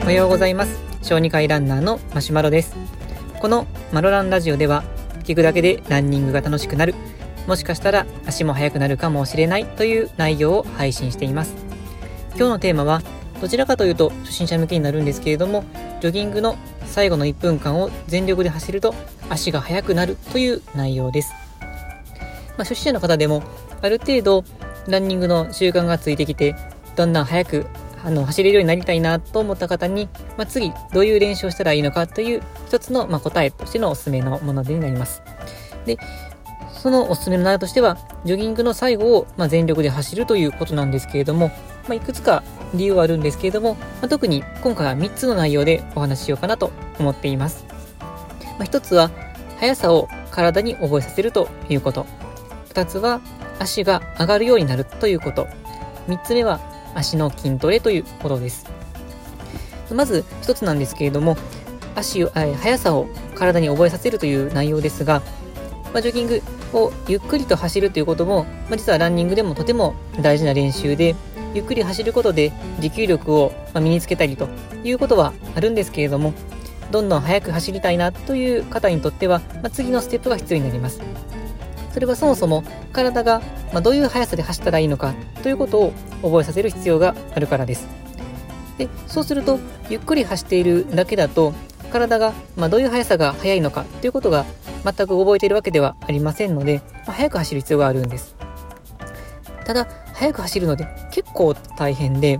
おはようございます。小児科医ランナーのマシュマロです。このマロランラジオでは、聞くだけでランニングが楽しくなる、もしかしたら足も速くなるかもしれないという内容を配信しています。今日のテーマはどちらかというと初心者向けになるんですけれども、ジョギングの最後の1分間を全力で走ると足が速くなるという内容です。初心者の方でもある程度ランニングの習慣がついてきて、だんだん速く走れるようになりたいなと思った方に、次どういう練習をしたらいいのかという一つの答えとしてのおすすめのものになります。で、そのおすすめの内容としては、ジョギングの最後を全力で走るということなんですけれども、いくつか理由はあるんですけれども、特に今回は3つの内容でお話ししようかなと思っています。1つは速さを体に覚えさせるということ、2つは足が上がるようになるということ、3つ目は足の筋トレということです。まず一つなんですけれども、速さを体に覚えさせるという内容ですが、ジョギングをゆっくりと走るということも、実はランニングでもとても大事な練習で、ゆっくり走ることで持久力を身につけたりということはあるんですけれども、どんどん速く走りたいなという方にとっては、次のステップが必要になります。それはそもそも体がどういう速さで走ったらいいのかということを覚えさせる必要があるからです。で、そうするとゆっくり走っているだけだと、体がどういう速さが速いのかということが全く覚えているわけではありませんので、速く走る必要があるんです。ただ速く走るので結構大変で、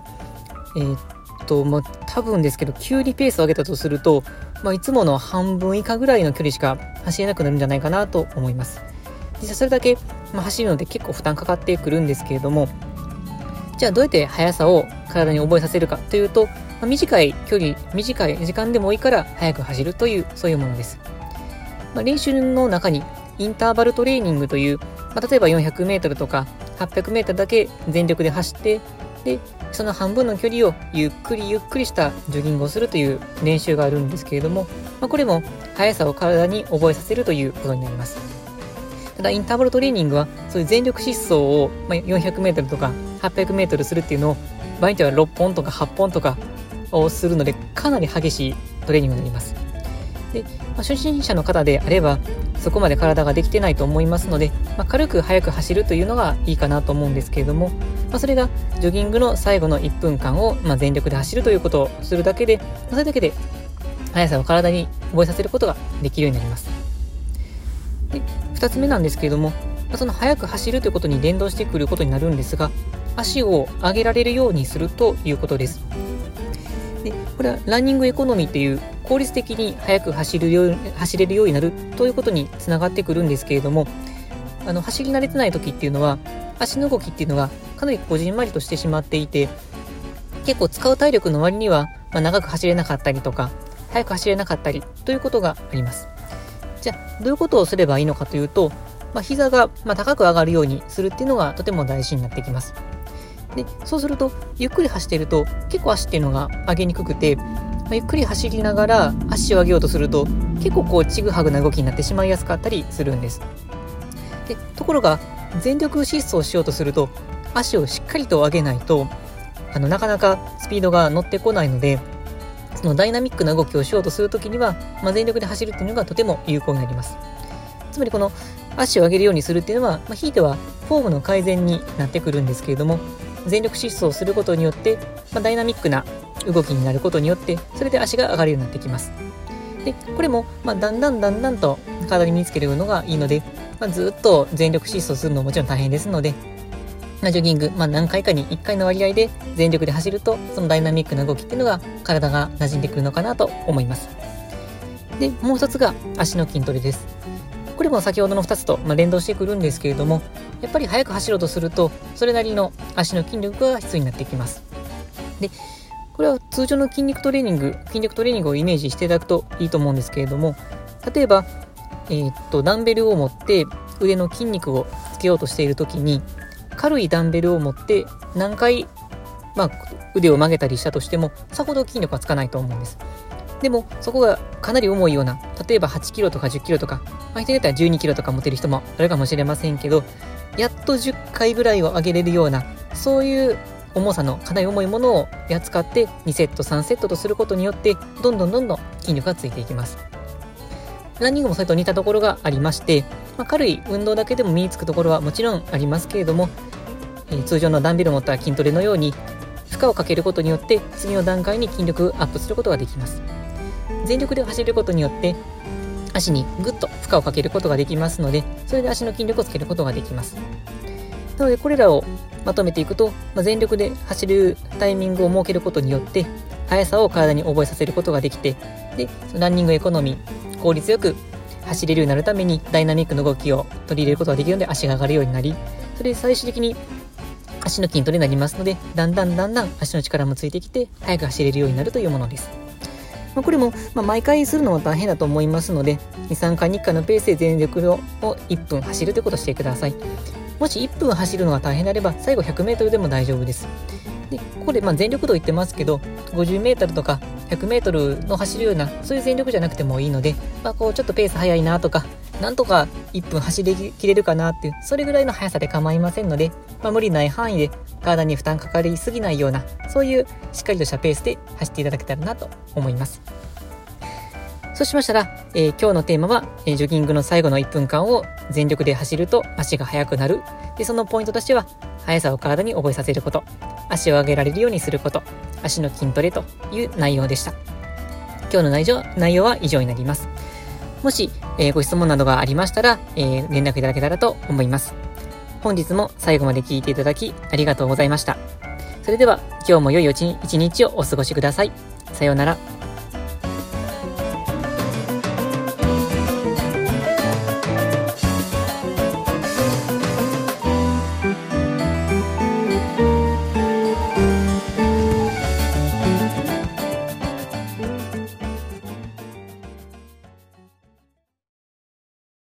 多分ですけど、急にペースを上げたとすると、いつもの半分以下ぐらいの距離しか走れなくなるんじゃないかなと思います。実際それだけ、走るので結構負担かかってくるんですけれども、じゃあどうやって速さを体に覚えさせるかというと、短い距離、短い時間でもいいから速く走るという、そういうものです。練習の中にインターバルトレーニングという、例えば 400m とか 800m だけ全力で走って、でその半分の距離をゆっくりしたジョギングをするという練習があるんですけれども、これも速さを体に覚えさせるということになります。ただインターバルトレーニングはそういう全力疾走を 400m とか 800m するっていうのを場合によっては6本とか8本とかをするので、かなり激しいトレーニングになります。で、初心者の方であればそこまで体ができてないと思いますので、軽く速く走るというのがいいかなと思うんですけれども、それがジョギングの最後の1分間を全力で走るということをするだけで、それだけで速さを体に覚えさせることができるようになります。で、2つ目なんですけれども、その速く走るということに連動してくることになるんですが、足を上げられるようにするということです。で、これはランニングエコノミーという効率的に速く走れるようになるということにつながってくるんですけれども、走り慣れてない時っていうのは足の動きっていうのがかなりこじんまりとしてしまっていて、結構使う体力の割には、長く走れなかったりとか速く走れなかったりということがあります。じゃあどういうことをすればいいのかというと、膝が高く上がるようにするっていうのがとても大事になってきます。で、そうするとゆっくり走っていると結構足っていうのが上げにくくて、ゆっくり走りながら足を上げようとすると結構ちぐはぐな動きになってしまいやすかったりするんです。で、ところが全力疾走をしようとすると足をしっかりと上げないとなかなかスピードが乗ってこないので、そのダイナミックな動きをしようとするときには、全力で走るっていうのがとても有効になります。つまりこの足を上げるようにするっていうのは、ひいてはフォームの改善になってくるんですけれども、全力疾走をすることによって、ダイナミックな動きになることによって、それで足が上がるようになってきます。で、これも、だんだんと体に身につけるのがいいので、ずっと全力疾走するのももちろん大変ですので、ジョギング、何回かに1回の割合で全力で走ると、そのダイナミックな動きっていうのが体が馴染んでくるのかなと思います。で、もう一つが足の筋トレです。これも先ほどの2つと連動してくるんですけれども、やっぱり速く走ろうとするとそれなりの足の筋力が必要になってきます。で、これは通常の筋肉トレーニングをイメージしていただくといいと思うんですけれども、例えば、ダンベルを持って腕の筋肉をつけようとしているときに、軽いダンベルを持って何回、腕を曲げたりしたとしてもさほど筋力はつかないと思うんです。でもそこがかなり重いような、例えば8キロとか10キロとか、人によっては12キロとか持てる人もあるかもしれませんけど、やっと10回ぐらいを上げれるような、そういう重さのかなり重いものを扱って2セット3セットとすることによってどんどん筋力がついていきます。ランニングもそれと似たところがありまして、軽い運動だけでも身につくところはもちろんありますけれども、通常のダンベルを持った筋トレのように負荷をかけることによって次の段階に筋力アップすることができます。全力で走ることによって足にぐっと負荷をかけることができますので、それで足の筋力をつけることができます。なのでこれらをまとめていくと、全力で走るタイミングを設けることによって速さを体に覚えさせることができて、でランニングエコノミー、効率よく走れるようになるためにダイナミックな動きを取り入れることができるので足が上がるようになり、それで最終的に足の筋トレになりますので、だんだん足の力もついてきて速く走れるようになるというものです。これも、毎回するのも大変だと思いますので、2、3回に1回のペースで全力を1分走るということをしてください。もし1分走るのが大変であれば、最後100メートルでも大丈夫です。で、ここで全力度言ってますけど、50メートルとか100メートルの走るような、そういう全力じゃなくてもいいので、ちょっとペース速いなとか、なんとか1分走りきれるかなっていう、それぐらいの速さで構いませんので、無理ない範囲で体に負担かかりすぎないような、そういうしっかりとしたペースで走っていただけたらなと思います。そうしましたら、今日のテーマは、ジョギングの最後の1分間を全力で走ると足が速くなる。で、そのポイントとしては、速さを体に覚えさせること、足を上げられるようにすること、足の筋トレという内容でした。今日の内容は以上になります。もし、ご質問などがありましたら、連絡いただけたらと思います。本日も最後まで聞いていただきありがとうございました。それでは今日も良い一日をお過ごしください。さようなら。